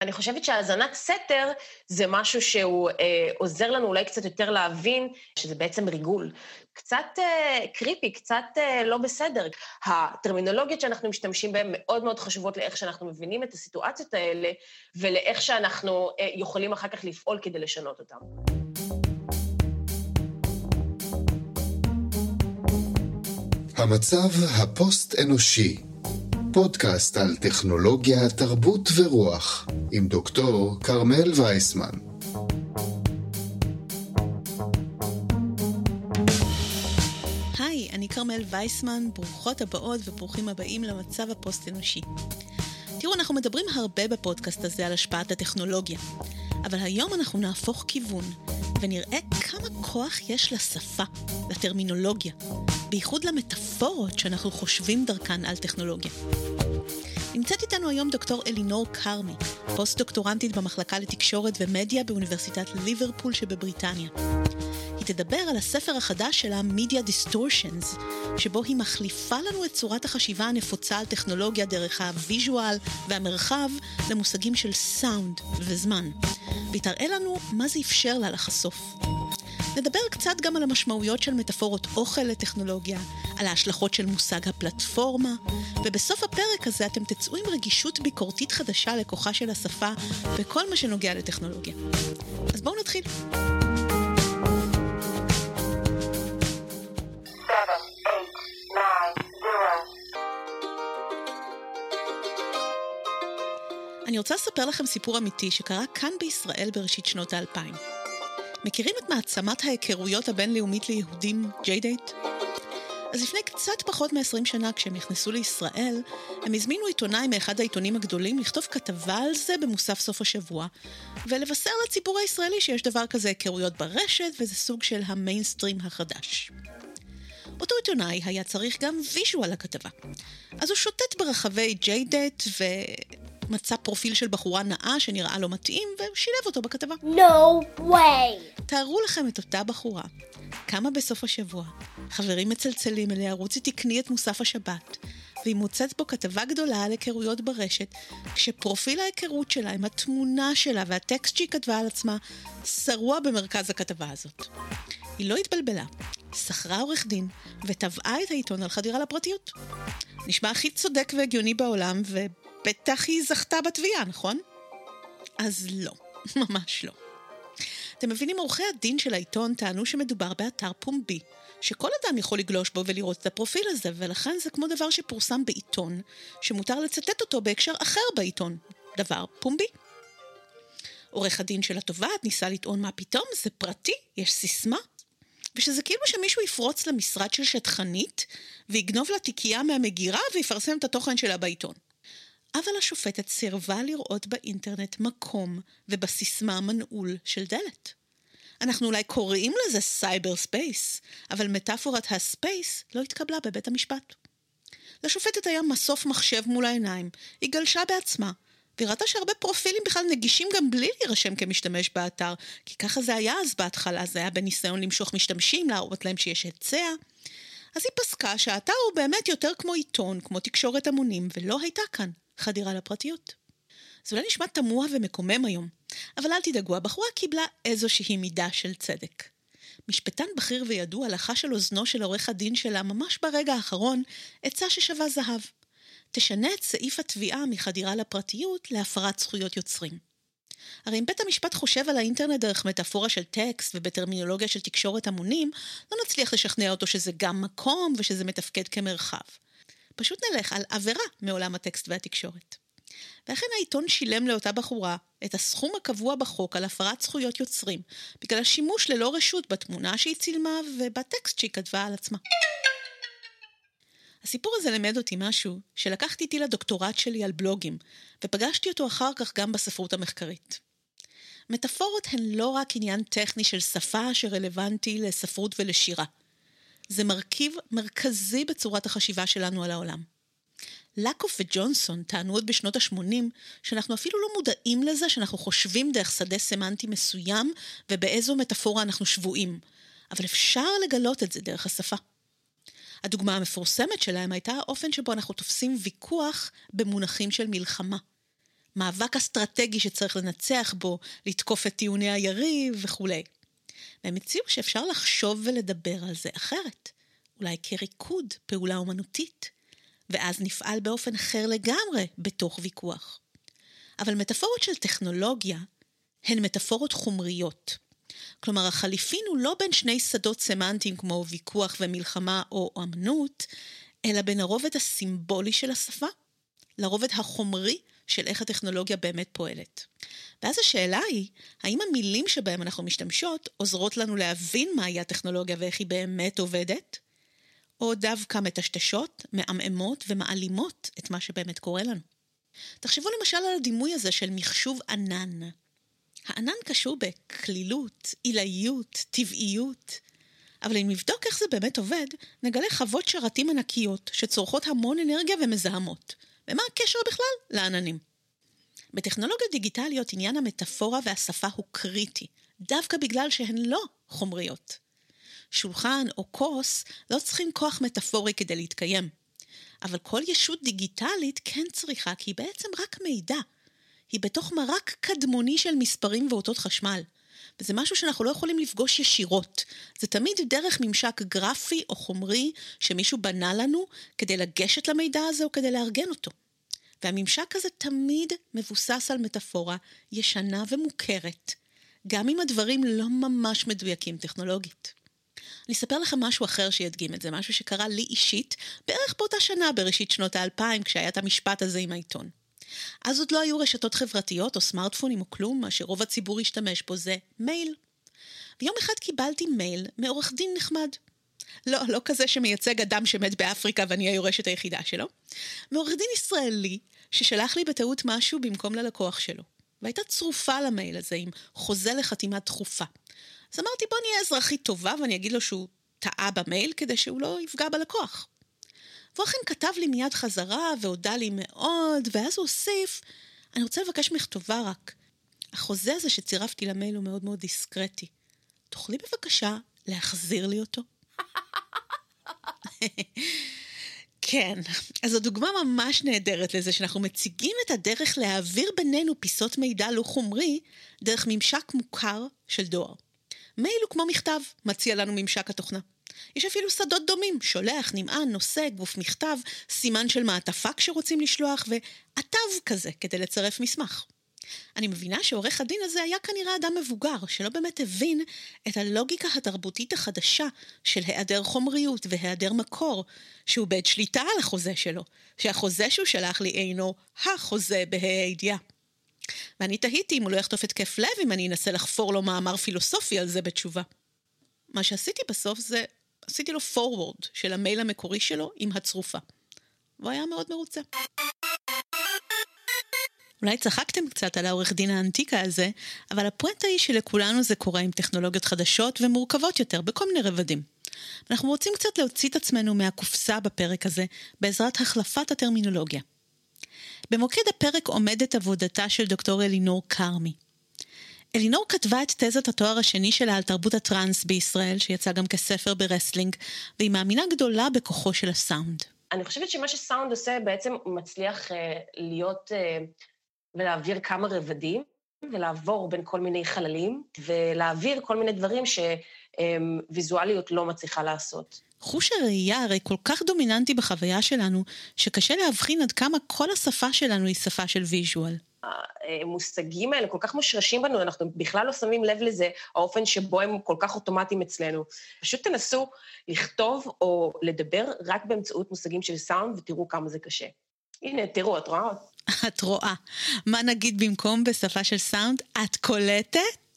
אני חושבת שהאזנת סתר זה משהו שהוא עוזר לנו אולי קצת יותר להבין שזה בעצם ריגול. קצת קריפי, קצת לא בסדר. הטרמינולוגיות שאנחנו משתמשים בהן מאוד מאוד חשובות לאיך שאנחנו מבינים את הסיטואציות האלה, ולאיך שאנחנו יכולים אחר כך לפעול כדי לשנות אותן. המצב הפוסט-אנושי, פודקאסט על טכנולוגיה, תרבות ורוח, עם דוקטור קרמל וייסמן. היי, אני קרמל וייסמן, ברוכות הבאות וברוכים הבאים למצב הפוסט-אנושי. תראו, אנחנו מדברים הרבה בפודקאסט הזה על השפעת הטכנולוגיה, אבל היום אנחנו נהפוך כיוון ונראה כמה כוח יש לשפה, לטרמינולוגיה, בייחוד למטאפורות שאנחנו חושבים דרכן על טכנולוגיה. נמצאת איתנו היום דוקטור אלינור קרמי, פוסט-דוקטורנטית במחלקה לתקשורת ומדיה באוניברסיטת ליברפול שבבריטניה. היא תדבר על הספר החדש שלה, Media Distortions, שבו היא מחליפה לנו את צורת החשיבה הנפוצה על טכנולוגיה דרך הוויז'ואל והמרחב למושגים של סאונד וזמן. והיא תראה לנו מה זה אפשר לה לחשוף. נדבר קצת גם על המשמעויות של מטאפורות אוכל לטכנולוגיה, על ההשלכות של מושג הפלטפורמה, ובסוף הפרק הזה אתם תצאו עם רגישות ביקורתית חדשה לכוחה של השפה וכל מה שנוגע לטכנולוגיה. אז בואו נתחיל. אני רוצה לספר לכם סיפור אמיתי שקרה כאן בישראל בראשית שנות ה-2000. מכירים את מעצמת ההיכרויות הבינלאומית ליהודים, JDate? אז לפני קצת פחות מ-20 שנה, כשהם נכנסו לישראל, הם הזמינו עיתונאי מאחד העיתונים הגדולים לכתוב כתבה על זה במוסף סוף השבוע, ולבשר לציבור הישראלי שיש דבר כזה היכרויות ברשת, וזה סוג של המיינסטרים החדש. אותו עיתונאי היה צריך גם ויז'ואל לכתבה. אז הוא שוטט ברחבי JDate מצא פרופיל של בחורה נאה שנראה לו מתאים, ושילב אותו בכתבה. No way! תארו לכם את אותה בחורה. קמה בסוף השבוע. חברים מצלצלים אליה, רוצי תקני את מוסף השבת. והיא מוצאת בו כתבה גדולה על היכרויות ברשת, כשפרופיל ההיכרות שלה עם התמונה שלה והטקסט שהיא כתבה על עצמה, שרוע במרכז הכתבה הזאת. היא לא התבלבלה. שכרה עורך דין, וטבעה את העיתון על חדירה לפרטיות. נשמע הכי צודק והגיוני בעולם, בטח היא זכתה בתביעה, נכון? אז לא, ממש לא. אתם מבינים, עורכי הדין של העיתון טענו שמדובר באתר פומבי, שכל אדם יכול לגלוש בו ולראות את הפרופיל הזה, ולכן זה כמו דבר שפורסם בעיתון, שמותר לצטט אותו בהקשר אחר בעיתון, דבר פומבי. עורך הדין של התובעת ניסה לטעון מה פתאום, זה פרטי, יש סיסמה, ושזה כאילו שמישהו יפרוץ למשרד של שטחנית, ויגנוב לה תיקייה מהמגירה ויפרסם את התוכן שלה בעיתון. אבל השופטת סירבה לראות באינטרנט מקום ובסיסמה מנעול של דלת. אנחנו אולי קוראים לזה סייבר ספייס, אבל מטאפורת הספייס לא התקבלה בבית המשפט. לשופטת היה מסוף מחשב מול העיניים, היא גלשה בעצמה, וראתה שהרבה פרופילים בכלל נגישים גם בלי להירשם כמשתמש באתר, כי ככה זה היה אז בהתחלה, זה היה בניסיון למשוך משתמשים, להראות להם שיש היצע. אז היא פסקה שהאתר הוא באמת יותר כמו עיתון, כמו תקשורת המונים, ולא הייתה כאן חדירה לפרטיות. זה אולי נשמע תמוה ומקומם היום, אבל אל תדאגו, הבחורה קיבלה איזושהי מידה של צדק. משפטן בכיר וידוע לחש על אוזנו של עורך הדין שלה ממש ברגע האחרון, עצה ששווה זהב. תשנה את סעיף התביעה מחדירה לפרטיות להפרת זכויות יוצרים. הרי אם בית המשפט חושב על האינטרנט דרך מטאפורה של טקסט ובטרמינולוגיה של תקשורת המונים, לא נצליח לשכנע אותו שזה גם מקום ושזה מתפקד כמרחב. פשוט נלך על עבירה מעולם הטקסט והתקשורת. ולכן העיתון שילם לאותה בחורה את הסכום הקבוע בחוק על הפרת זכויות יוצרים, בגלל השימוש ללא רשות בתמונה שהיא צילמה ובטקסט שהיא כתבה על עצמה. הסיפור הזה למד אותי משהו שלקחתי איתי לדוקטורט שלי על בלוגים, ופגשתי אותו אחר כך גם בספרות המחקרית. מטאפורות הן לא רק עניין טכני של שפה שרלוונטי לספרות ולשירה. זה מרכיב מרכזי בצורת החשיבה שלנו על העולם. לקוף וג'ונסון טענו עוד בשנות ה-80 שאנחנו אפילו לא מודעים לזה שאנחנו חושבים דרך שדה סמנטי מסוים ובאיזו מטאפורה אנחנו שבועים, אבל אפשר לגלות את זה דרך השפה. הדוגמה המפורסמת שלהם הייתה האופן שבו אנחנו תופסים ויכוח במונחים של מלחמה. מאבק אסטרטגי שצריך לנצח בו, לתקוף את טיעוני היריב וכו'. והם הציעו שאפשר לחשוב ולדבר על זה אחרת, אולי כריקוד, פעולה אומנותית, ואז נפעל באופן אחר לגמרי בתוך ויכוח. אבל מטאפורות של טכנולוגיה הן מטאפורות חומריות. כלומר, החליפין הוא לא בין שני שדות סמנטיים כמו ויכוח ומלחמה או אמנות, אלא בין הרובד הסימבולי של השפה, לרובד החומרי של איך הטכנולוגיה באמת פועלת. ואז השאלה היא, האם המילים שבהם אנחנו משתמשות עוזרות לנו להבין מהי הטכנולוגיה ואיך היא באמת עובדת, או דווקא מטשטשות, מעמעמות ומעלימות את מה שבאמת קורה לנו. תחשבו למשל על הדימוי הזה של מחשוב ענן. הענן קשור בכלילות, עילאיות, טבעיות. אבל אם נבדוק איך זה באמת עובד, נגלה חוות שרתים ענקיות שצורכות המון אנרגיה ומזהמות. ומה הקשר בכלל לעננים? בטכנולוגיות דיגיטליות עניין המטאפורה והשפה הוא קריטי, דווקא בגלל שהן לא חומריות. שולחן או כוס לא צריכים כוח מטאפורי כדי להתקיים. אבל כל ישות דיגיטלית כן צריכה, כי היא בעצם רק מידע. היא בתוך מרק קדמוני של מספרים ואותות חשמל. וזה משהו שאנחנו לא יכולים לפגוש ישירות. זה תמיד דרך ממשק גרפי או חומרי שמישהו בנה לנו כדי לגשת למידע הזה או כדי לארגן אותו. והממשק הזה תמיד מבוסס על מטאפורה ישנה ומוכרת, גם אם הדברים לא ממש מדויקים טכנולוגית. אני אספר לכם משהו אחר שידגים את זה, משהו שקרה לי אישית, בערך באותה שנה בראשית שנות ה-2000, כשהיה את המשפט הזה עם העיתון. אז עוד לא היו רשתות חברתיות או סמארטפונים או כלום, מה שרוב הציבור השתמש בו זה מייל. ויום אחד קיבלתי מייל מעורך דין נחמד. לא כזה שמייצג אדם שמת באפריקה ואני היורשת היחידה שלו. מעורך דין ישראלי ששלח לי בטעות משהו במקום ללקוח שלו. והייתה צרופה למייל הזה עם חוזה לחתימה דחופה. אז אמרתי בוא נהיה אזרחית טובה ואני אגיד לו שהוא טעה במייל כדי שהוא לא יפגע בלקוח. והוא אכן כתב לי מיד חזרה והודע לי מאוד, ואז הוא הוסיף, אני רוצה לבקש מכתובה רק. החוזה הזה שצירפתי למייל הוא מאוד מאוד דיסקרטי. תוכלי בבקשה להחזיר לי אותו? כן, אז זו דוגמה ממש נהדרת לזה שאנחנו מציגים את הדרך להעביר בינינו פיסות מידע לא חומרי דרך ממשק מוכר של דואר. מייל הוא כמו מכתב, מציע לנו ממשק התוכנה. יש אפילו שדות דומים, שולח, נמען, נושא, גוף מכתב, סימן של מעטפה כשרוצים לשלוח, ועטב כזה כדי לצרף מסמך. אני מבינה שעורך הדין הזה היה כנראה אדם מבוגר, שלא באמת הבין את הלוגיקה התרבותית החדשה של היעדר חומריות והיעדר מקור, שהוא בעת שליטה על החוזה שלו, שהחוזה שהוא שלח לי אינו החוזה בה"א הידיעה. ואני תהיתי אם הוא לא יחטוף התקף לב אם אני אנסה לחפור לו מאמר פילוסופי על זה בתשובה. מה שעשיתי בסוף זה, עשיתי לו forward של המייל המקורי שלו עם הצרופה. והוא היה מאוד מרוצה. אולי צחקתם קצת על העורך דין האנטיקה הזה, אבל הפואנטה היא שלכולנו זה קורה עם טכנולוגיות חדשות ומורכבות יותר בכל מיני רבדים. אנחנו רוצים קצת להוציא את עצמנו מהקופסה בפרק הזה, בעזרת החלפת הטרמינולוגיה. במוקד הפרק עומדת עבודתה של דוקטור אלינור כרמי. אלינור כתבה את תזת התואר השני שלה על תרבות הטרנס בישראל, שיצא גם כספר ברסלינג, והיא מאמינה גדולה בכוחו של הסאונד. אני חושבת שמה שסאונד עושה בעצם הוא מצליח להיות ולהעביר כמה רבדים, ולעבור בין כל מיני חללים, ולהעביר כל מיני דברים שוויזואליות לא מצליחה לעשות. חוש הראייה הרי כל כך דומיננטי בחוויה שלנו, שקשה להבחין עד כמה כל השפה שלנו היא שפה של ויז'ואל. המושגים האלה כל כך מושרשים בנו, אנחנו בכלל לא שמים לב לזה, האופן שבו הם כל כך אוטומטיים אצלנו. פשוט תנסו לכתוב או לדבר רק באמצעות מושגים של סאונד, ותראו כמה זה קשה. הנה, תראו, את רואה? את רואה. מה נגיד במקום בשפה של סאונד? את קולטת?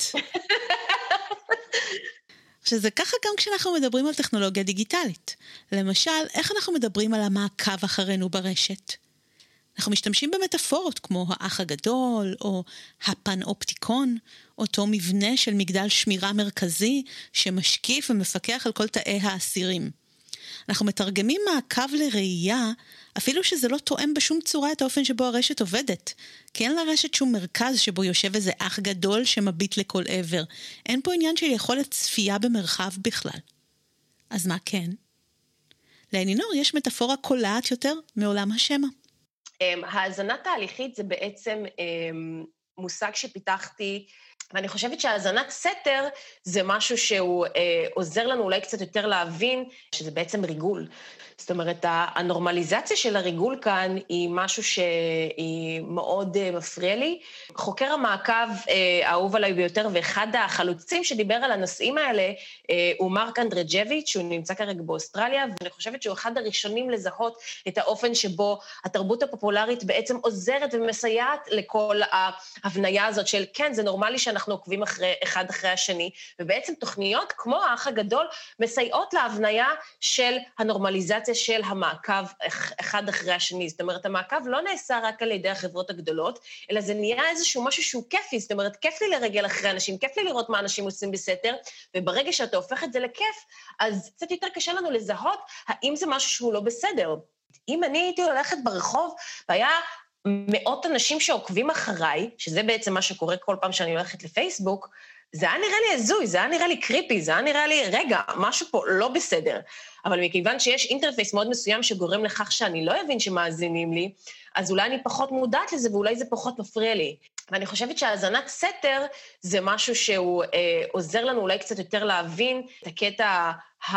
שזה ככה גם כשאנחנו מדברים על טכנולוגיה דיגיטלית. למשל, איך אנחנו מדברים על המעקב אחרינו ברשת? אנחנו משתמשים במטאפורות כמו האח הגדול או הפן-אופטיקון, אותו מבנה של מגדל שמירה מרכזי שמשקיף ומפקח על כל תאי האסירים. אנחנו מתרגמים מעקב לראייה, אפילו שזה לא תואם בשום צורה את האופן שבו הרשת עובדת. כי אין לרשת שום מרכז שבו יושב איזה אח גדול שמביט לכל עבר. אין פה עניין של יכולת צפייה במרחב בכלל. אז מה כן? לאלינור יש מטאפורה קולעת יותר מעולם השמה. האזנה תהליכית זה בעצם מושג שפיתחתי, ואני חושבת שהאזנת סתר זה משהו שהוא עוזר לנו אולי קצת יותר להבין שזה בעצם ריגול. זאת אומרת, הנורמליזציה של הריגול כאן היא משהו שהיא מאוד מפריע לי. חוקר המעקב האהוב עליי ביותר, ואחד החלוצים שדיבר על הנושאים האלה, הוא מרק אנדרג'ביץ', שהוא נמצא כרגע באוסטרליה, ואני חושבת שהוא אחד הראשונים לזהות את האופן שבו התרבות הפופולרית בעצם עוזרת ומסייעת לכל ההבניה הזאת של, כן, זה נורמלי שאנחנו עוקבים אחד אחרי השני, ובעצם תוכניות כמו האח הגדול מסייעות להבניה של הנורמליזציה של המעקב אחד אחרי השני. זאת אומרת, המעקב לא נעשה רק על ידי החברות הגדולות, אלא זה נהיה איזשהו משהו שהוא כיפי, זאת אומרת, כיף לי לרגל אחרי אנשים, כיף לי לראות מה אנשים עושים בסתר, וברגע שאתה הופך את זה לכיף, אז קצת יותר קשה לנו לזהות האם זה משהו שהוא לא בסדר. אם אני הייתי הולכת ברחוב, והיה מאות אנשים שעוקבים אחריי, שזה בעצם מה שקורה כל פעם שאני הולכת לפייסבוק, זה היה נראה לי הזוי, זה היה נראה לי קריפי, זה היה נראה לי, רגע, משהו פה לא בסדר. אבל מכיוון שיש אינטרפייס מאוד מסוים שגורם לכך שאני לא אבין שמאזינים לי, אז אולי אני פחות מודעת לזה, ואולי זה פחות מפריע לי. ואני חושבת שהאזנת סתר זה משהו שהוא עוזר לנו אולי קצת יותר להבין את הקטע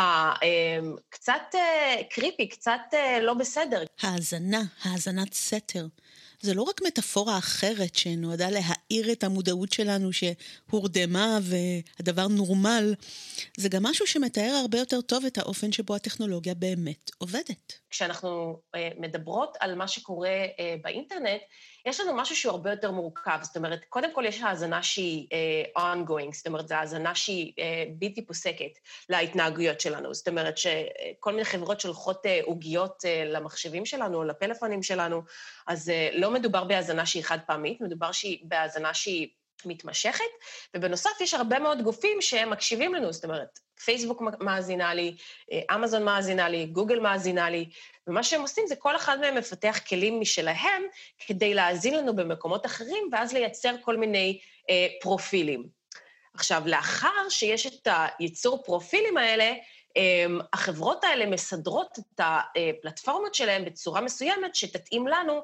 קצת קריפי, קצת לא בסדר. האזנת סתר. זה לא רק מטאפורה אחרת שנועדה להאיר את המודעות שלנו שהורדמה והדבר נורמל, זה גם משהו שמתאר הרבה יותר טוב את האופן שבו הטכנולוגיה באמת עובדת. כשאנחנו מדברות על מה שקורה באינטרנט, יש לנו משהו שהוא הרבה יותר מורכב. זאת אומרת, קודם כל יש האזנה שהיא ongoing, זאת אומרת, זו האזנה שהיא בלתי פוסקת להתנהגויות שלנו. זאת אומרת, שכל מיני חברות שולחות עוגיות למחשבים שלנו, או לפלאפונים שלנו, אז לא מדובר בהאזנה שהיא חד פעמית, מדובר בהאזנה שהיא מתמשכת, ובנוסף יש הרבה מאוד גופים שהם מקשיבים לנו, זאת אומרת, פייסבוק מאזינה לי, אמזון מאזינה לי, גוגל מאזינה לי, ומה שהם עושים זה כל אחד מהם מפתח כלים משלהם, כדי להאזין לנו במקומות אחרים, ואז לייצר כל מיני פרופילים. עכשיו, לאחר שיש את היצור פרופילים האלה, החברות האלה מסדרות את הפלטפורמות שלהם בצורה מסוימת שתתאים לנו,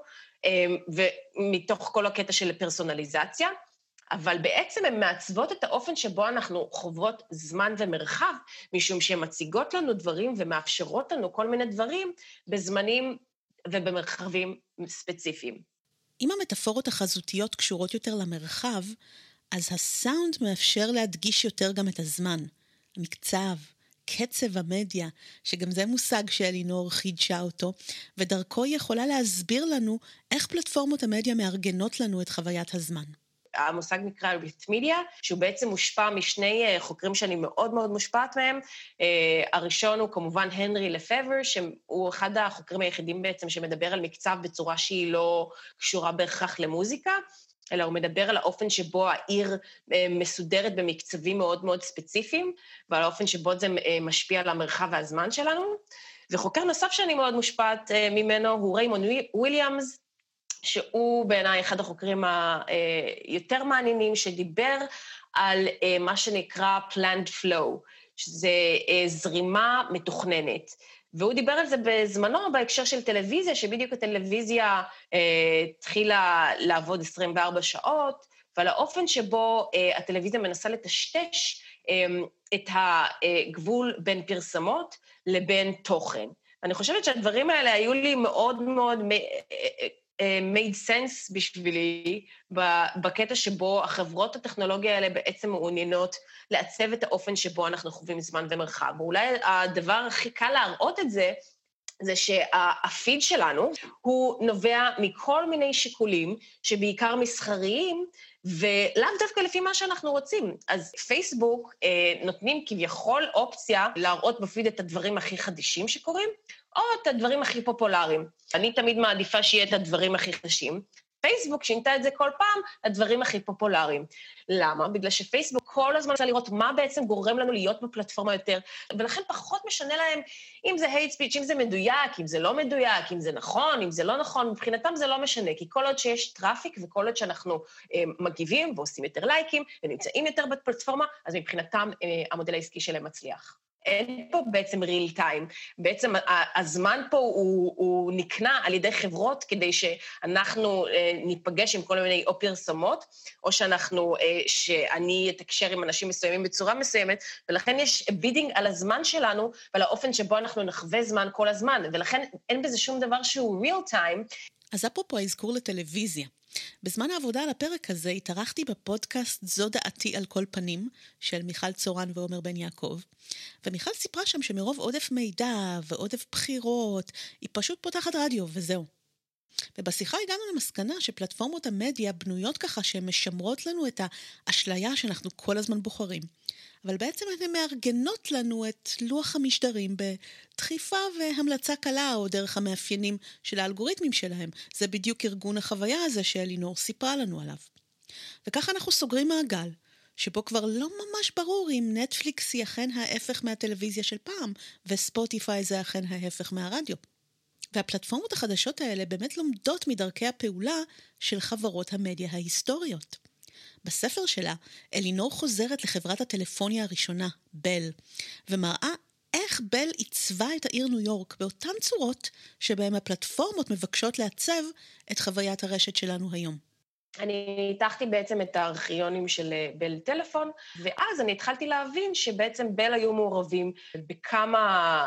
ומתוך כל הקטע של פרסונליזציה, אבל בעצם הן מעצבות את האופן שבו אנחנו חוות זמן ומרחב, משום שהן מציגות לנו דברים ומאפשרות לנו כל מיני דברים בזמנים ובמרחבים ספציפיים. אם המטאפורות החזותיות קשורות יותר למרחב, אז הסאונד מאפשר להדגיש יותר גם את הזמן, המקצב, קצב המדיה, שגם זה מושג שאלינור חידשה אותו, ודרכו היא יכולה להסביר לנו איך פלטפורמות המדיה מארגנות לנו את חוויית הזמן. המושג נקרא ריתמדיה, שהוא בעצם מושפע משני חוקרים שאני מאוד מאוד מושפעת מהם. הראשון הוא כמובן הנרי לפבר, שהוא אחד החוקרים היחידים בעצם שמדבר על מקצב בצורה שהיא לא קשורה בהכרח למוזיקה, אלא הוא מדבר על האופן שבו העיר מסודרת במקצבים מאוד מאוד ספציפיים, ועל האופן שבו זה משפיע על המרחב והזמן שלנו. וחוקר נוסף שאני מאוד מושפעת ממנו הוא ריימונד וויליאמס, שהוא בעיניי אחד החוקרים היותר מעניינים, שדיבר על מה שנקרא planned flow, שזה זרימה מתוכננת. והוא דיבר על זה בזמנו בהקשר של טלוויזיה, שבדיוק הטלוויזיה התחילה לעבוד 24 שעות, ועל האופן שבו הטלוויזיה מנסה לטשטש את הגבול בין פרסמות לבין תוכן. אני חושבת שהדברים האלה היו לי מאוד מאוד made sense בשבילי, בקטע שבו החברות הטכנולוגיה האלה בעצם מעוניינות לעצב את האופן שבו אנחנו חווים זמן ומרחב. ואולי הדבר הכי קל להראות את זה, זה שהפיד שלנו הוא נובע מכל מיני שיקולים, שבעיקר מסחריים, ולאו דווקא לפי מה שאנחנו רוצים. אז פייסבוק נותנים כביכול אופציה להראות בפיד את הדברים הכי חדישים שקורים, או את הדברים הכי פופולריים. אני תמיד מעדיפה שיהיה את הדברים הכי חדשים. פייסבוק שינתה את זה כל פעם, הדברים הכי פופולריים. למה? בגלל שפייסבוק כל הזמן רוצה לראות מה בעצם גורם לנו להיות בפלטפורמה יותר, ולכן פחות משנה להם אם זה hate speech, אם זה מדויק, אם זה לא מדויק, אם זה נכון, אם זה לא נכון, מבחינתם זה לא משנה, כי כל עוד שיש טראפיק וכל עוד שאנחנו מגיבים ועושים יותר לייקים ונמצאים יותר בפלטפורמה, אז מבחינתם המודל העסקי שלהם מצליח. אין פה בעצם real time. בעצם הזמן פה הוא נקנה על ידי חברות כדי שאנחנו ניפגש עם כל מיני או פרסומות, או שאני אתקשר עם אנשים מסוימים בצורה מסוימת, ולכן יש בידינג על הזמן שלנו ועל האופן שבו אנחנו נחווה זמן כל הזמן, ולכן אין בזה שום דבר שהוא real time. אז אפרופו האזכור לטלוויזיה. בזמן העבודה על הפרק הזה התארחתי בפודקאסט זו דעתי על כל פנים של מיכל צורן ועומר בן יעקב, ומיכל סיפרה שם שמרוב עודף מידע ועודף בחירות היא פשוט פותחת רדיו וזהו. ובשיחה הגענו למסקנה שפלטפורמות המדיה בנויות ככה שהן משמרות לנו את האשליה שאנחנו כל הזמן בוחרים, אבל בעצם הן מארגנות לנו את לוח המשדרים בדחיפה והמלצה קלה או דרך המאפיינים של האלגוריתמים שלהם. זה בדיוק ארגון החוויה הזה שאלינור סיפרה לנו עליו. וככה אנחנו סוגרים מעגל, שבו כבר לא ממש ברור אם נטפליקס היא אכן ההפך מהטלוויזיה של פעם, וספוטיפיי זה אכן ההפך מהרדיו. והפלטפורמות החדשות האלה באמת לומדות מדרכי הפעולה של חברות המדיה ההיסטוריות. בספר שלה, אלינור חוזרת לחברת הטלפוניה הראשונה, בל, ומראה איך בל עיצבה את העיר ניו יורק באותן צורות שבהן הפלטפורמות מבקשות לעצב את חוויית הרשת שלנו היום. אני ניתחתי בעצם את הארכיונים של בל טלפון, ואז אני התחלתי להבין שבעצם בל היו מעורבים בכמה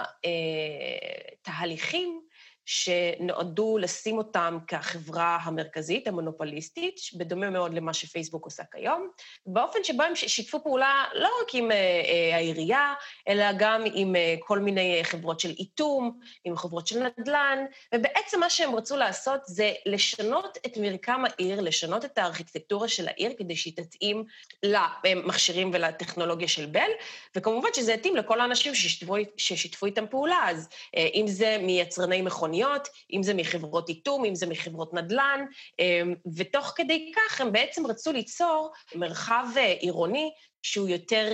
תהליכים, שנועדו לשים אותם כחברה המרכזית, המונופוליסטית, בדומה מאוד למה שפייסבוק עושה כיום, באופן שבו הם שיתפו פעולה לא רק עם העירייה, אלא גם עם כל מיני חברות של איתום, עם חברות של נדל"ן, ובעצם מה שהם רצו לעשות זה לשנות את מרקם העיר, לשנות את הארכיטקטורה של העיר, כדי שהיא תתאים למכשירים ולטכנולוגיה של בל, וכמובן שזה יתאים לכל האנשים ששיתפו איתם פעולה, אז אם זה מיצרני מכוניות, אם זה מחברות איתום, אם זה מחברות נדל"ן, ותוך כדי כך הם בעצם רצו ליצור מרחב עירוני שהוא יותר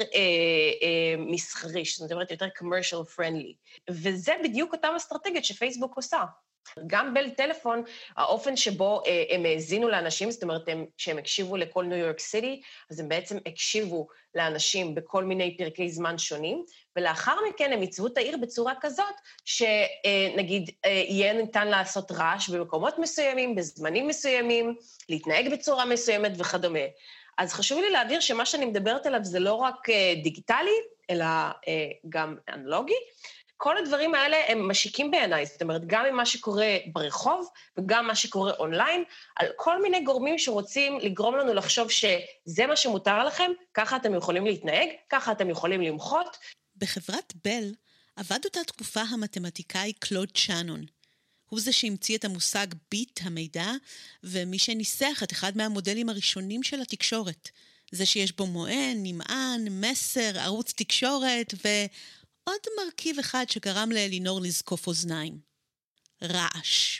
מסחרי, זאת אומרת יותר commercial friendly, וזה בדיוק אותם אסטרטגיות שפייסבוק עושה. גם בל טלפון, האופן שבו הם האזינו לאנשים, זאת אומרת, שהם הקשיבו לכל ניו יורק סיטי, אז הם בעצם הקשיבו לאנשים בכל מיני פרקי זמן שונים, ולאחר מכן הם עיצבו את העיר בצורה כזאת, שנגיד יהיה ניתן לעשות רעש במקומות מסוימים, בזמנים מסוימים, להתנהג בצורה מסוימת וכדומה. אז חשוב לי להבהיר שמה שאני מדברת עליו זה לא רק דיגיטלי, אלא גם אנלוגי, כל הדברים האלה הם משיקים בעיניי, זאת אומרת, גם עם מה שקורה ברחוב, וגם מה שקורה אונליין, על כל מיני גורמים שרוצים לגרום לנו לחשוב שזה מה שמותר לכם, ככה אתם יכולים להתנהג, ככה אתם יכולים למחות. בחברת בל עבד אותה תקופה המתמטיקאי קלוד שאנון. הוא זה שהמציא את המושג ביט המידע, ומי שניסח את אחד מהמודלים הראשונים של התקשורת. זה שיש בו מוען, נמען, מסר, ערוץ תקשורת עוד מרכיב אחד שגרם לאלינור לזקוף אוזניים. רעש.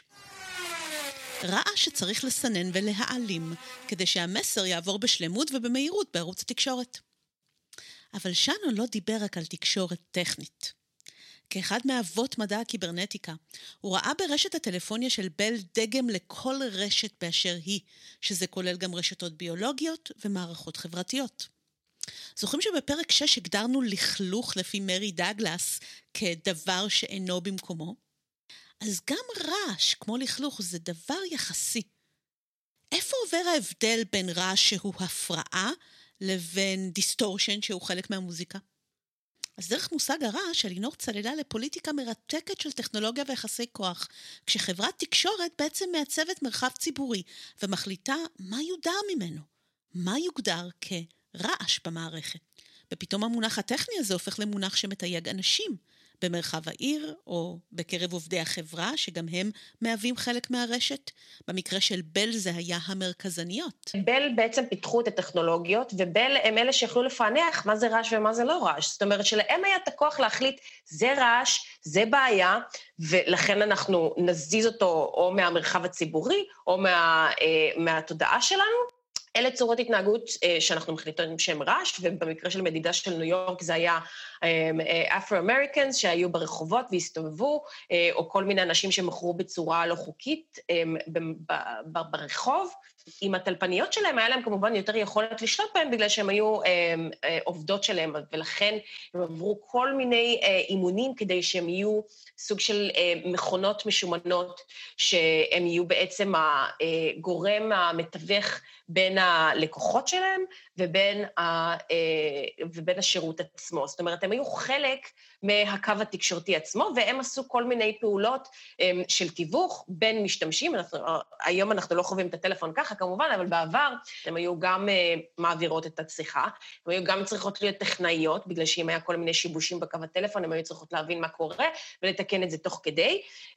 רעש שצריך לסנן ולהעלים, כדי שהמסר יעבור בשלמות ובמהירות בערוץ התקשורת. אבל שאנון לא דיבר רק על תקשורת טכנית. כאחד מאבות מדע הקיברנטיקה, הוא ראה ברשת הטלפוניה של בל דגם לכל רשת באשר היא, שזה כולל גם רשתות ביולוגיות ומערכות חברתיות. זוכרים שבפרק 6 הגדרנו לכלוך לפי מרי דאגלס כדבר שאינו במקומו? אז גם רעש, כמו לכלוך, זה דבר יחסי. איפה עובר ההבדל בין רעש שהוא הפרעה לבין דיסטורשן שהוא חלק מהמוזיקה? אז דרך מושג הרעש, אלינור צללה לפוליטיקה מרתקת של טכנולוגיה ויחסי כוח, כשחברת תקשורת בעצם מעצבת מרחב ציבורי ומחליטה מה יודר ממנו, מה יוגדר רעש במערכת. ופתאום המונח הטכני הזה הופך למונח שמתייג אנשים במרחב העיר או בקרב עובדי החברה שגם הם מהווים חלק מהרשת. במקרה של בל זה היה המרכזניות. בל בעצם פיתחו את הטכנולוגיות, ובל הם אלה שיכלו לפענח מה זה רעש ומה זה לא רעש. זאת אומרת שלהם היה את הכוח להחליט זה רעש, זה בעיה, ולכן אנחנו נזיז אותו או מהמרחב הציבורי או מהתודעה שלנו. אלה צורות התנהגות שאנחנו מחליטים שהם רעש, ובמקרה של מדידה של ניו יורק זה היה אפרו-אמריקנס שהיו ברחובות והסתובבו, או כל מיני אנשים שמכרו בצורה לא חוקית ברחוב, עם הטלפניות שלהם, היה להם כמובן יותר יכולת לשלוט בהם, בגלל שהם היו עובדות שלהם, ולכן הם עברו כל מיני אימונים כדי שהם יהיו סוג של מכונות משומנות, שהם יהיו בעצם הגורם המתווך בין הלקוחות שלהם ובין השירות עצמו. זאת אומרת, הם היו חלק מהקו התקשורתי עצמו, והם עשו כל מיני פעולות של תיווך בין משתמשים. היום אנחנו לא חווים את הטלפון ככה, כמובן, אבל בעבר הם היו גם מעבירות את השיחה, הם היו גם צריכות להיות טכנאיות, בגלל שאם היה כל מיני שיבושים בקו הטלפון, הם היו צריכות להבין מה קורה ולתקן את זה תוך כדי.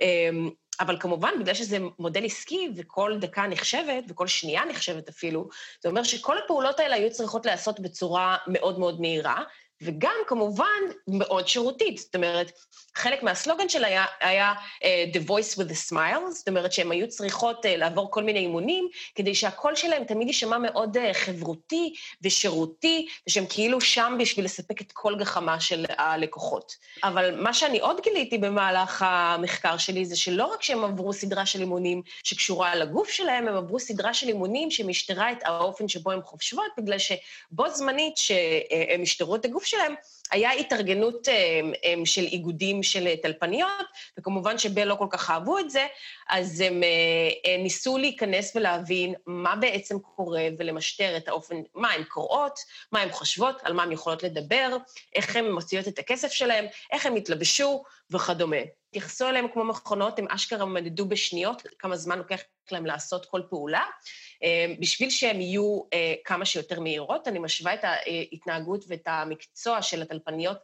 אבל כמובן, בגלל שזה מודל עסקי, וכל דקה נחשבת, וכל שנייה נחשבת אפילו, זה אומר שכל הפעולות האלה היו צריכות לעשות בצורה מאוד מאוד מהירה, וגם כמובן מאוד שירותית. זאת אומרת, חלק מהסלוגן שלה היה The Voice with a Smile, זאת אומרת שהם היו צריכות לעבור כל מיני אימונים, כדי שהקול שלהם תמיד יישמע מאוד חברותי ושירותי, ושהם כאילו שם בשביל לספק את כל גחמה של הלקוחות. אבל מה שאני עוד גיליתי במהלך המחקר שלי, זה שלא רק שהם עברו סדרה של אימונים שקשורה לגוף שלהם, הם עברו סדרה של אימונים שמשתרה את האופן שבו הם חושבות, בגלל שבו זמנית שהם משתרו את הגוף שלהם, היה התארגנות של איגודים של טלפניות, וכמובן שבל לא כל כך אהבו את זה, אז הם ניסו להיכנס ולהבין מה בעצם קורה, ולמשטר את האופן, מה הן קוראות, מה הן חושבות, על מה הן יכולות לדבר, איך הן מוציאות את הכסף שלהם, איך הם התלבשו וכדומה. תייחסו אליהם כמו מכונות, הם אשכרה מדדו בשניות, כמה זמן לוקח להם לעשות כל פעולה, בשביל שהם יהיו כמה שיותר מהירות. אני משווה את ההתנהגות ואת המקצוע של הטלפניות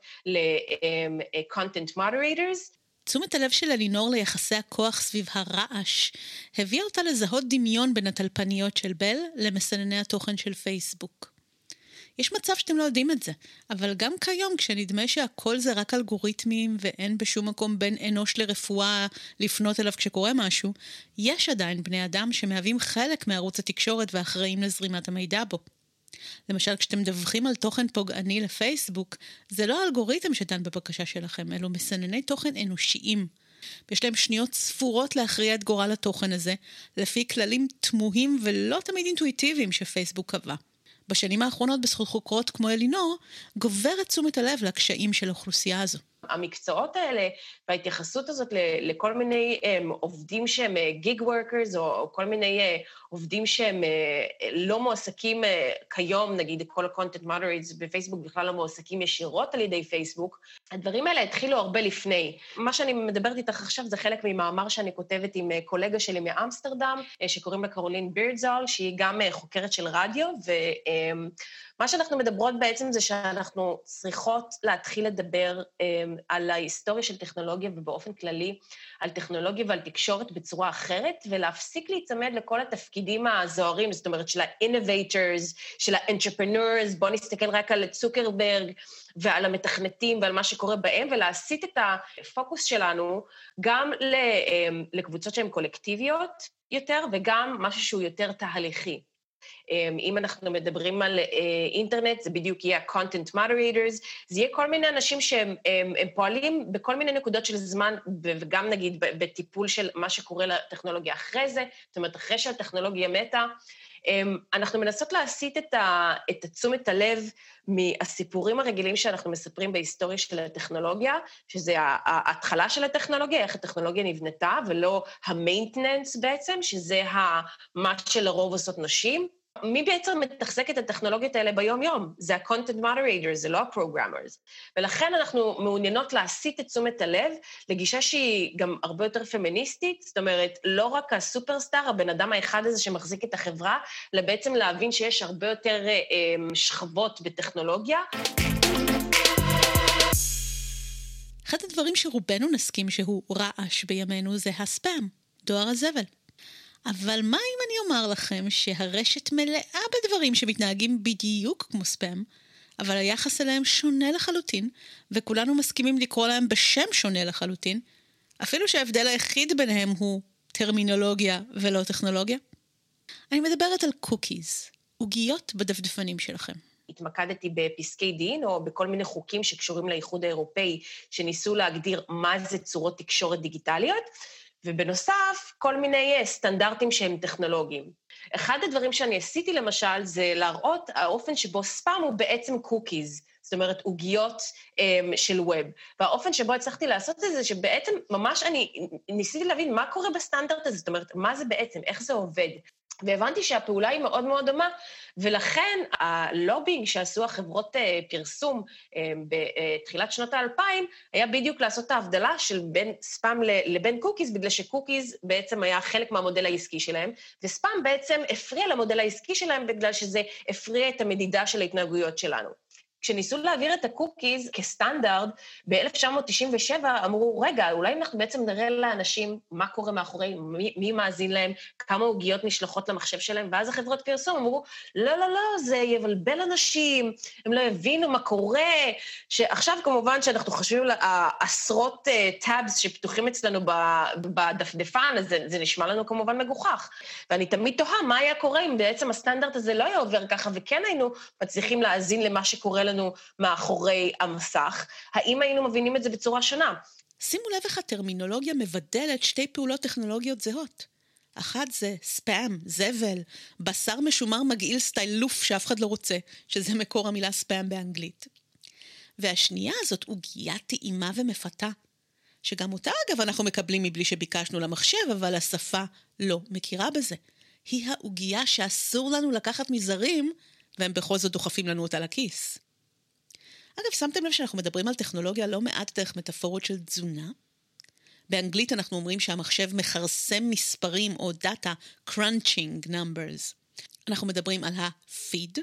ל-content moderators. תשומת הלב של אלינור ליחסי הכוח סביב הרעש הביאה אותה לזהות דמיון בין הטלפניות של בל למסנני התוכן של פייסבוק. יש מצב שאתם לא יודעים את זה, אבל גם כיום כשנדמה שהכל זה רק אלגוריתמים ואין בשום מקום בין אנוש לרפואה לפנות אליו כשקורה משהו, יש עדיין בני אדם שמהווים חלק מערוץ התקשורת ואחראים לזרימת המידע בו. למשל, כשאתם מדווחים על תוכן פוגעני לפייסבוק, זה לא האלגוריתם שדן בבקשה שלכם, אלו מסנני תוכן אנושיים. יש להם שניות ספורות להכריע את גורל התוכן הזה, לפי כללים תמוהים ולא תמיד אינטואיטיביים שפייסבוק קבע. בשנים האחרונות בזכות חוקרות כמו אלינור, גוברת תשומת הלב לקשיים של האוכלוסייה הזו. המקצועות האלה וההתייחסות הזאת לכל מיני עובדים שהם גיג וורקרס, או כל מיני עובדים שהם לא מועסקים כיום, נגיד כל ה-content moderators בפייסבוק בכלל לא מועסקים ישירות על ידי פייסבוק, הדברים האלה התחילו הרבה לפני. מה שאני מדברת איתך עכשיו זה חלק ממאמר שאני כותבת עם קולגה שלי מאמסטרדם, שקוראים לה קרולין בירדזל, שהיא גם חוקרת של רדיו, מה שאנחנו מדברות בעצם זה שאנחנו צריכות להתחיל לדבר על ההיסטוריה של טכנולוגיה, ובאופן כללי על טכנולוגיה ועל תקשורת בצורה אחרת, ולהפסיק להיצמד לכל התפקידים הזוהרים, זאת אומרת של ה-innovators, של ה-entrepreneurs, בואו נסתכל רק על צוקרברג ועל המתכנתים ועל מה שקורה בהם, ולהסיט את הפוקוס שלנו גם לקבוצות שהן קולקטיביות יותר, וגם משהו שהוא יותר תהליכי. אם אנחנו מדברים על אינטרנט, זה בדיוק יהיה content moderators, זה יהיה כל מיני אנשים שהם פועלים בכל מיני נקודות של זמן, וגם נגיד בטיפול של מה שקורה לטכנולוגיה אחרי זה, זאת אומרת, אחרי שהטכנולוגיה מתה, אנחנו מנסות להסיט את תשומת הלב מהסיפורים הרגילים שאנחנו מספרים בהיסטוריה של הטכנולוגיה, שזה ההתחלה של הטכנולוגיה, איך הטכנולוגיה נבנתה, ולא המיינטננס בעצם, שזה מה שלרוב עושות נשים. מי בעצם מתחזק את הטכנולוגיות האלה ביום-יום? זה ה-content moderators, זה לא ה-programmers. ולכן אנחנו מעוניינות להסיט את תשומת הלב לגישה שהיא גם הרבה יותר פמיניסטית, זאת אומרת, לא רק הסופרסטאר, הבן אדם האחד הזה שמחזיק את החברה, אלא בעצם להבין שיש הרבה יותר שכבות בטכנולוגיה. אחד הדברים שרובנו נסכים שהוא רעש בימינו זה הספאם, דואר הזבל. אבל מה אם אני אומר לכם שהרשת מלאה בדברים שמתנהגים בדיוק כמו ספאם, אבל היחס אליהם שונה לחלוטין, וכולנו מסכימים לקרוא להם בשם שונה לחלוטין, אפילו שההבדל היחיד ביניהם הוא טרמינולוגיה ולא טכנולוגיה? אני מדברת על קוקיז, עוגיות בדפדפנים שלכם. התמקדתי בפסקי דין, או בכל מיני חוקים שקשורים לאיחוד האירופאי, שניסו להגדיר מה זה צורות תקשורת דיגיטליות, ובנוסף, כל מיני סטנדרטים שהם טכנולוגיים. אחד הדברים שאני עשיתי למשל, זה להראות האופן שבו ספאם הוא בעצם קוקיז, זאת אומרת, עוגיות של ווב. והאופן שבו הצלחתי לעשות את זה, שבעצם ממש אני ניסיתי להבין מה קורה בסטנדרט הזה, זאת אומרת, מה זה בעצם, איך זה עובד. והבנתי שהפעולה היא מאוד מאוד דומה, ולכן הלובינג שעשו החברות פרסום בתחילת שנות ה-2000, היה בדיוק לעשות את ההבדלה של בין ספאם לבין קוקיז, בגלל שקוקיז בעצם היה חלק מהמודל העסקי שלהם, וספאם בעצם הפריע למודל העסקי שלהם, בגלל שזה הפריע את המדידה של ההתנהגויות שלנו. כשניסו להעביר את הקוקיז כסטנדרט, ב-1997 אמרו, רגע, אולי אנחנו בעצם נראה לאנשים מה קורה מאחורי, מי מאזין להם, כמה עוגיות נשלחות למחשב שלהם, ואז החברות פרסום אמרו, לא, לא, לא, זה יבלבל אנשים, הם לא יבינו מה קורה, שעכשיו כמובן שאנחנו חושבים על עשרות טאבס שפתוחים אצלנו בדפדפן, אז זה נשמע לנו כמובן מגוחך, ואני תמיד תוהה מה היה קורה אם בעצם הסטנדרט הזה לא היה עובר ככה, וכן היינו מצליחים להאזין למה שקורה לנו מאחורי המסך, האם היינו מבינים את זה בצורה שונה? שימו לב איך הטרמינולוגיה מבדלת שתי פעולות טכנולוגיות זהות. אחת זה ספאם, זבל, בשר משומר מגעיל סטייל לוף שאף אחד לא רוצה, שזה מקור המילה ספאם באנגלית. והשנייה הזאת עוגיה טעימה ומפתה, שגם אותה אגב אנחנו מקבלים מבלי שביקשנו למחשב, אבל השפה לא מכירה בזה. היא העוגיה שאסור לנו לקחת מזרים, והם בכל זאת דוחפים לנו אותה לכיס. אגב, שמתם לב שאנחנו מדברים על טכנולוגיה לא מעט דרך מטאפורות של תזונה? באנגלית אנחנו אומרים שהמחשב מחרסם מספרים או דאטה, crunching numbers. אנחנו מדברים על הפיד,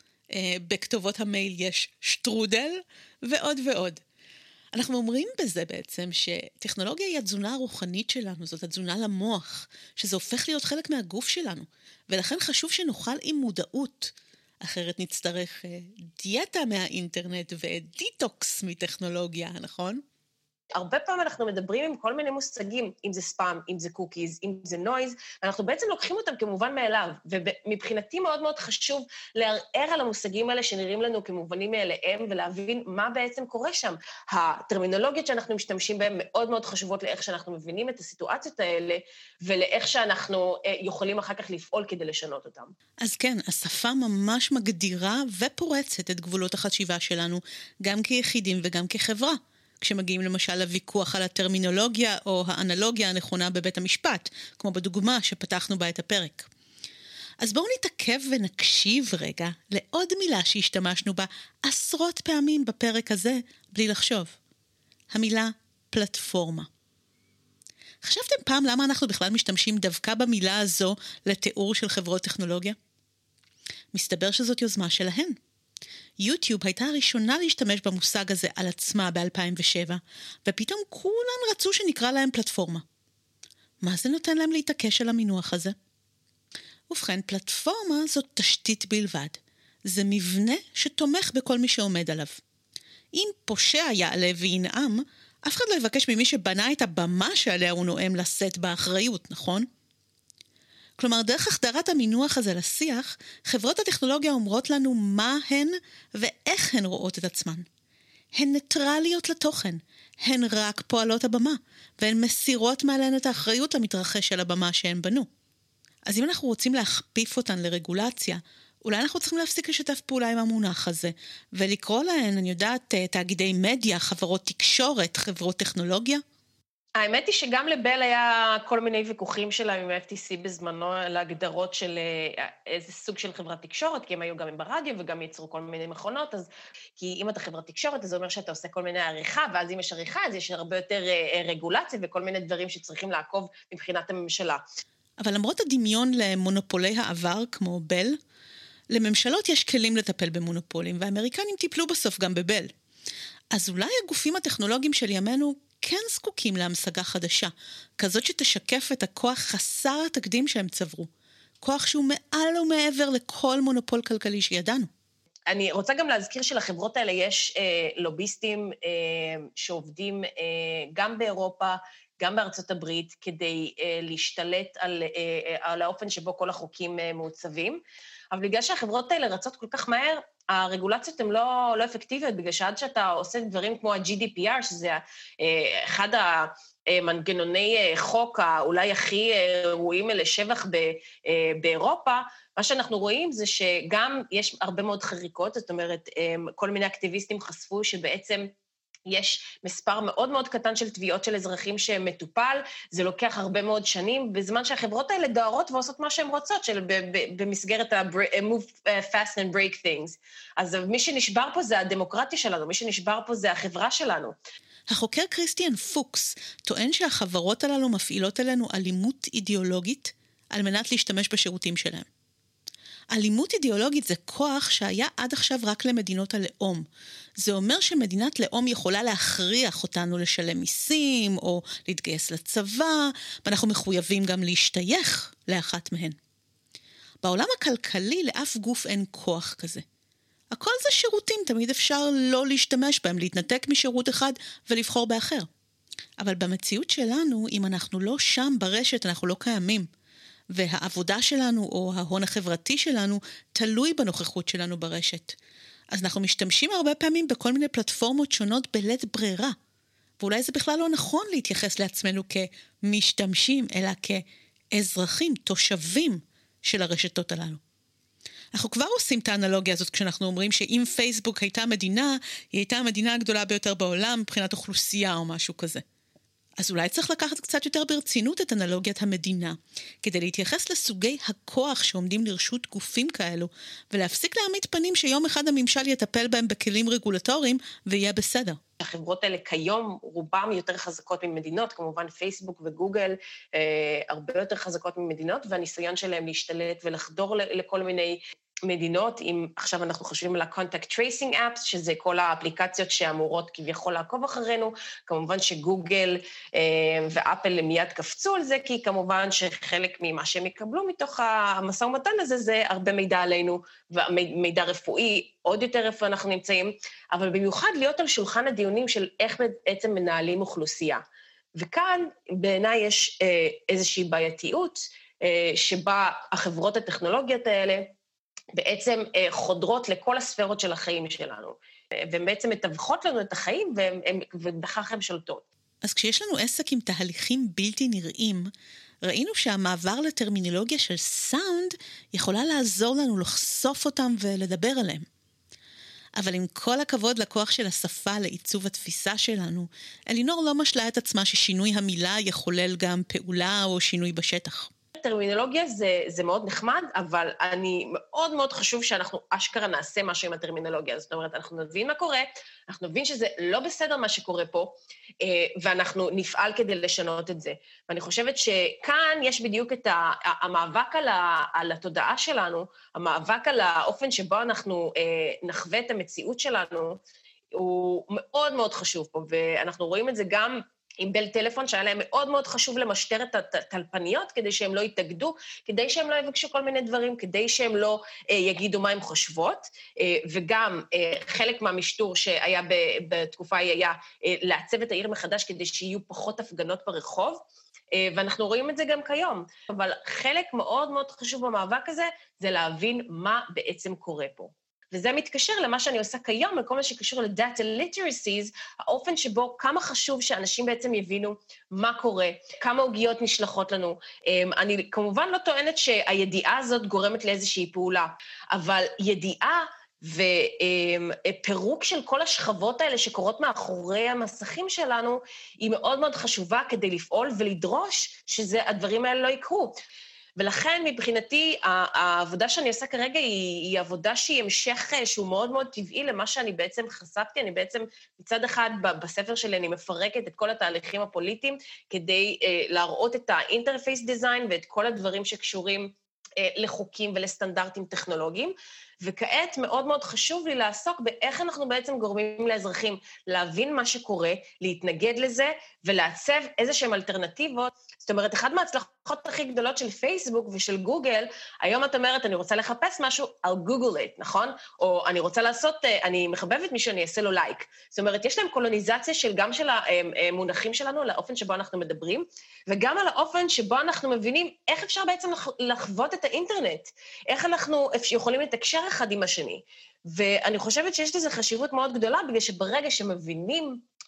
בכתובות המייל יש שטרודל ועוד ועוד. אנחנו אומרים בזה בעצם שטכנולוגיה היא התזונה הרוחנית שלנו, זאת התזונה למוח, שזה הופך להיות חלק מהגוף שלנו, ולכן חשוב שנאכל עם מודעות, אחרת נצטרך דיאטה מהאינטרנט ודיטוקס מטכנולוגיה, נכון? הרבה פעמים אנחנו מדברים עם כל מיני מושגים, אם זה ספאם, אם זה קוקיז, אם זה נויז, ואנחנו בעצם לוקחים אותם כמובן מאליו, ומבחינתי מאוד מאוד חשוב לערער על המושגים האלה שנראים לנו כמובנים מאליהם, ולהבין מה בעצם קורה שם. הטרמינולוגיות שאנחנו משתמשים בהן מאוד מאוד חשובות לאיך שאנחנו מבינים את הסיטואציות האלה, ולאיך שאנחנו יכולים אחר כך לפעול כדי לשנות אותם. אז כן, השפה ממש מגדירה ופורצת את גבולות החשיבה שלנו, גם כיחידים וגם כחברה. כשמגיעים למשל לוויכוח על הטרמינולוגיה או האנלוגיה הנכונה בבית המשפט, כמו בדוגמה שפתחנו בה את הפרק. אז בואו נתעכב ונקשיב רגע לעוד מילה שהשתמשנו בה עשרות פעמים בפרק הזה, בלי לחשוב. המילה פלטפורמה. חשבתם פעם למה אנחנו בכלל משתמשים דווקא במילה הזו לתיאור של חברות טכנולוגיה? מסתבר שזאת יוזמה שלהן. יוטיוב הייתה הראשונה להשתמש במושג הזה על עצמה ב-2007, ופתאום כולם רצו שנקרא להם פלטפורמה. מה זה נותן להם להתעקש על המינוח הזה? ובכן, פלטפורמה זאת תשתית בלבד. זה מבנה שתומך בכל מי שעומד עליו. אם פושע יעלה וינעם, אף אחד לא יבקש ממי שבנה את הבמה שעליה הוא נואם לשאת באחריות, נכון? כלומר, דרך החדרת המינוח הזה לשיח, חברות הטכנולוגיה אומרות לנו מה הן ואיך הן רואות את עצמן. הן ניטרליות לתוכן, הן רק פועלות הבמה, והן מסירות מעליהן את האחריות למתרחש של הבמה שהן בנו. אז אם אנחנו רוצים להכפיף אותן לרגולציה, אולי אנחנו צריכים להפסיק לשתף פעולה עם המונח הזה, ולקרוא להן, אני יודעת, תאגידי מדיה, חברות תקשורת, חברות טכנולוגיה? האמת היא שגם לבל היה כל מיני ויכוחים שלה עם FTC בזמנו להגדרות של איזה סוג של חברת תקשורת, כי הם היו גם ברדיו וגם ייצרו כל מיני מכונות, אז כי אם אתה חברת תקשורת, אז זה אומר שאתה עושה כל מיני עריכה, ואז אם יש עריכה, אז יש הרבה יותר רגולציה וכל מיני דברים שצריכים לעקוב מבחינת הממשלה. אבל למרות הדמיון למונופולי העבר, כמו בל, לממשלות יש כלים לטפל במונופולים, והאמריקנים טיפלו בסוף גם בבל. אז אולי הגופים הטכנולוגיים של ימינו כן זקוקים להמשגה חדשה, כזאת שתשקף את הכוח חסר התקדים שהם צברו. כוח שהוא מעל ומעבר לכל מונופול כלכלי שידענו. אני רוצה גם להזכיר שלחברות האלה יש לוביסטים שעובדים גם באירופה, גם בארצות הברית, כדי להשתלט על האופן שבו כל החוקים מעוצבים. אבל בגלל שהחברות האלה רצות כל כך מהר, הרגולציות הן לא אפקטיביות, בגלל שעד שאתה עושה דברים כמו ה-GDPR, שזה אחד מנגנוני חוק אולי הכי ראויים לשבח באירופה, מה שאנחנו רואים זה שגם יש הרבה מאוד חריקות, זאת אומרת, כל מיני אקטיביסטים חשפו שבעצם יש מספר מאוד מאוד קטן של תביעות של אזרחים שמטופל, זה לוקח הרבה מאוד שנים, בזמן שהחברות האלה דוהרות ועושות מה שהן רוצות, במסגרת ה-move fast and break things. אז מי שנשבר פה זה הדמוקרטיה שלנו, מי שנשבר פה זה החברה שלנו. החוקר קריסטיאן פוקס טוען שהחברות הללו מפעילות עלינו אלימות אידיאולוגית על מנת להשתמש בשירותים שלהם. אלימות אידיאולוגית זה כוח שהיה עד עכשיו רק למדינות הלאום. זה אומר שמדינת לאום יכולה להכריח אותנו לשלם מיסים או להתגייס לצבא, ואנחנו מחויבים גם להשתייך לאחת מהן. בעולם הכלכלי לאף גוף אין כוח כזה. הכל זה שירותים, תמיד אפשר לא להשתמש בהם, להתנתק משירות אחד ולבחור באחר. אבל במציאות שלנו, אם אנחנו לא שם ברשת, אנחנו לא קיימים. והעבודה שלנו או ההון החברתי שלנו תלוי בנוכחות שלנו ברשת. אז אנחנו משתמשים הרבה פעמים בכל מיני פלטפורמות שונות בלית ברירה. ואולי זה בכלל לא נכון להתייחס לעצמנו כמשתמשים, אלא כאזרחים, תושבים של הרשתות הללו. אנחנו כבר עושים את האנלוגיה הזאת כשאנחנו אומרים שאם פייסבוק הייתה מדינה, היא הייתה המדינה הגדולה ביותר בעולם מבחינת אוכלוסייה או משהו כזה. אז אולי צריך לקחת קצת יותר ברצינות את אנלוגיית המדינה, כדי להתייחס לסוגי הכוח שעומדים לרשות גופים כאלו, ולהפסיק להעמיד פנים שיום אחד הממשל יטפל בהם בכלים רגולטוריים, ויהיה בסדר. החברות האלה כיום רובם יותר חזקות ממדינות, כמובן פייסבוק וגוגל הרבה יותר חזקות ממדינות, והניסיון שלהם להשתלט ולחדור לכל מיני מדינות, אם עכשיו אנחנו חושבים על ה-Contact Tracing Apps, שזה כל האפליקציות שאמורות כביכול לעקוב אחרינו, כמובן שגוגל ואפל מיד קפצו על זה, כי כמובן שחלק ממה שהם יקבלו מתוך המשא ומתן הזה, זה הרבה מידע עלינו, ומידע רפואי, עוד יותר איפה אנחנו נמצאים, אבל במיוחד להיות על שולחן הדיונים של איך בעצם מנהלים אוכלוסייה. וכאן בעיניי יש איזושהי בעייתיות, שבה החברות הטכנולוגיות האלה, בעצם חודרות לכל הספרות של החיים שלנו, והן בעצם מתווכות לנו את החיים, ובכך הן שולטות. אז כשיש לנו עסק עם תהליכים בלתי נראים, ראינו שהמעבר לטרמינולוגיה של סאונד יכולה לעזור לנו לחשוף אותם ולדבר עליהם. אבל עם כל הכבוד לכוח של השפה לעיצוב התפיסה שלנו, אלינור לא משלה את עצמה ששינוי המילה יחולל גם פעולה או שינוי בשטח. טרמינולוגיה זה מאוד נחמד, אבל אני מאוד מאוד חשוב שאנחנו אשכרה נעשה משהו עם הטרמינולוגיה. זאת אומרת, אנחנו נבין מה קורה, אנחנו נבין שזה לא בסדר מה שקורה פה, ואנחנו נפעל כדי לשנות את זה. ואני חושבת שכאן יש בדיוק את המאבק על התודעה שלנו, המאבק על האופן שבו אנחנו נחווה את המציאות שלנו, הוא מאוד מאוד חשוב פה, ואנחנו רואים את זה גם עם בל טלפון, שהיה להם מאוד מאוד חשוב למשטר את הטלפניות, כדי שהם לא יתאגדו, כדי שהם לא יבקשו כל מיני דברים, כדי שהם לא יגידו מה הם חושבות, וגם חלק מהמשטור שהיה בתקופה היה לעצב את העיר מחדש, כדי שיהיו פחות הפגנות ברחוב, ואנחנו רואים את זה גם כיום. אבל חלק מאוד מאוד חשוב במאבק הזה, זה להבין מה בעצם קורה פה. וזה מתקשר למה שאני עושה כיום, לכל מה שקשור ל-data literacies, האופן שבו כמה חשוב שאנשים בעצם יבינו מה קורה, כמה עוגיות נשלחות לנו. אני כמובן לא טוענת שהידיעה הזאת גורמת לאיזושהי פעולה, אבל ידיעה ופירוק של כל השכבות האלה שקורות מאחורי המסכים שלנו, היא מאוד מאוד חשובה כדי לפעול ולדרוש שהדברים האלה לא יקרו. ולכן מבחינתי, העבודה שאני עושה כרגע היא עבודה שהיא המשך שהוא מאוד מאוד טבעי למה שאני בעצם חשפתי. אני בעצם מצד אחד בספר שלי אני מפרקת את כל התהליכים הפוליטיים, כדי להראות את האינטרפייס דיזיין ואת כל הדברים שקשורים לחוקים ולסטנדרטים טכנולוגיים, וכעת מאוד מאוד חשוב לי לעסוק באיך אנחנו בעצם גורמים לאזרחים להבין מה שקורה, להתנגד לזה ולעצב איזשהם אלטרנטיבות. זאת אומרת, אחד מההצלחות הכי גדולות של פייסבוק ושל גוגל, היום את אומרת, אני רוצה לחפש משהו, I'll Google it, נכון? או אני רוצה לעשות, אני מחבבת מישהו, אני אעשה לו לייק. זאת אומרת, יש להם קולוניזציה גם של המונחים שלנו, לאופן שבו אנחנו מדברים, וגם על האופן שבו אנחנו מבינים איך אפשר בעצם לחוות את האינטרנט, איך אנחנו יכולים לתקשר אחד עם השני. ואני חושבת שיש לזה חשיבות מאוד גדולה, בגלל שברגע שמבינים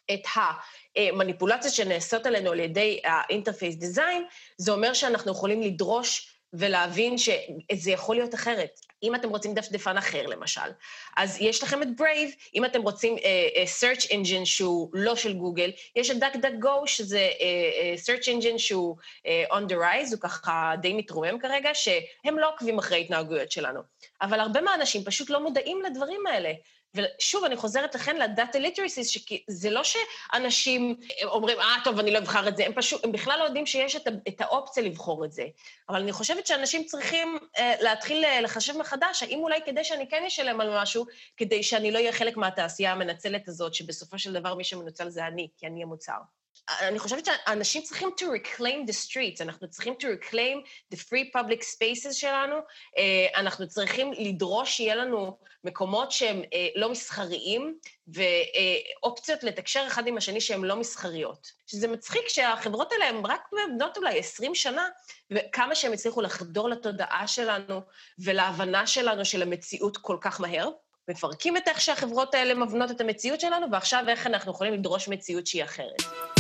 את המניפולציות שנעשות עלינו על ידי האינטרפייס דיזיין, זה אומר שאנחנו יכולים לדרוש ולהבין שזה יכול להיות אחרת. אם אתם רוצים דפדפן אחר, למשל, אז יש לכם את Brave, אם אתם רוצים search engine שהוא לא של גוגל, יש את DuckDuckGo, שזה search engine שהוא on the rise, הוא ככה די מתרומם כרגע, שהם לא עוקבים אחרי התנהגויות שלנו. אבל הרבה מהאנשים פשוט לא מודעים לדברים האלה. ושוב, אני חוזרת לכן לדאטה ליטרסיס, שזה לא שאנשים אומרים, טוב, אני לא אבחר את זה, הם בכלל לא יודעים שיש את האופציה לבחור את זה. אבל אני חושבת שאנשים צריכים להתחיל לחשב מחדש, האם אולי כדי שאני כן אשלם על משהו, כדי שאני לא אהיה חלק מהתעשייה המנצלת הזאת, שבסופו של דבר מי שמנוצל זה אני, כי אני המוצר. אני חושבת שאנשים צריכים to reclaim the streets, אנחנו צריכים to reclaim the free public spaces שלנו, אנחנו צריכים לדרוש שיהיה לנו מקומות שהם לא מסחריים, ואופציות לתקשר אחד עם השני שהן לא מסחריות. שזה מצחיק שהחברות האלה הן רק בנות אולי 20 שנה, וכמה שהם הצליחו לחדור לתודעה שלנו, ולהבנה שלנו של המציאות כל כך מהר, מפרקים את איך שהחברות האלה מבנות את המציאות שלנו, ועכשיו איך אנחנו יכולים לדרוש מציאות שהיא אחרת.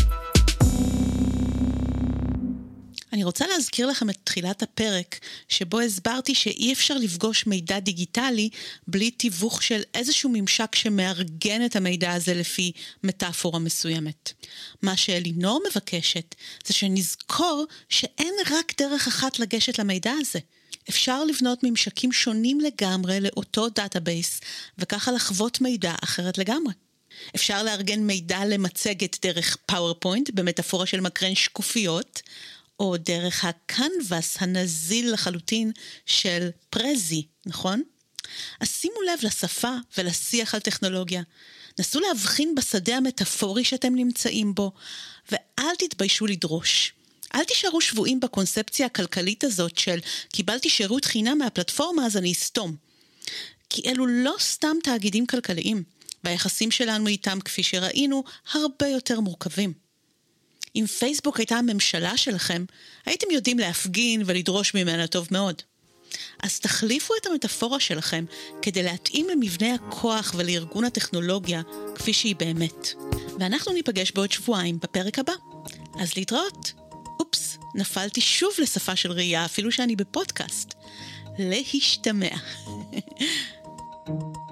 אני רוצה להזכיר לכם את תחילת הפרק, שבו הסברתי שאי אפשר לפגוש מידע דיגיטלי בלי תיווך של איזשהו ממשק שמארגן את המידע הזה לפי מטאפורה מסוימת. מה שאלינור מבקשת זה שנזכור שאין רק דרך אחת לגשת למידע הזה. אפשר לבנות ממשקים שונים לגמרי לאותו דאטאבייס, וככה לחוות מידע אחרת לגמרי. אפשר לארגן מידע למצגת דרך PowerPoint, במטאפורה של מקרן שקופיות, או דרך הקנבס הנזיל לחלוטין של פרזי, נכון? אז שימו לב לשפה ולשיח על טכנולוגיה. נסו להבחין בשדה המטאפורי שאתם נמצאים בו, ואל תתביישו לדרוש. אל תישארו שבועים בקונספציה הכלכלית הזאת של קיבלתי שירות חינם מהפלטפורמה אז אני אסתום. כי אלו לא סתם תאגידים כלכליים, והיחסים שלנו איתם כפי שראינו הרבה יותר מורכבים. אם פייסבוק הייתה הממשלה שלכם, הייתם יודעים להפגין ולדרוש ממנה טוב מאוד. אז תחליפו את המטאפורה שלכם כדי להתאים למבנה הכוח ולארגון הטכנולוגיה כפי שהיא באמת. ואנחנו ניפגש בעוד שבועיים בפרק הבא. אז להתראות. אופס, נפלתי שוב לשפה של ראייה אפילו שאני בפודקאסט. להשתמע.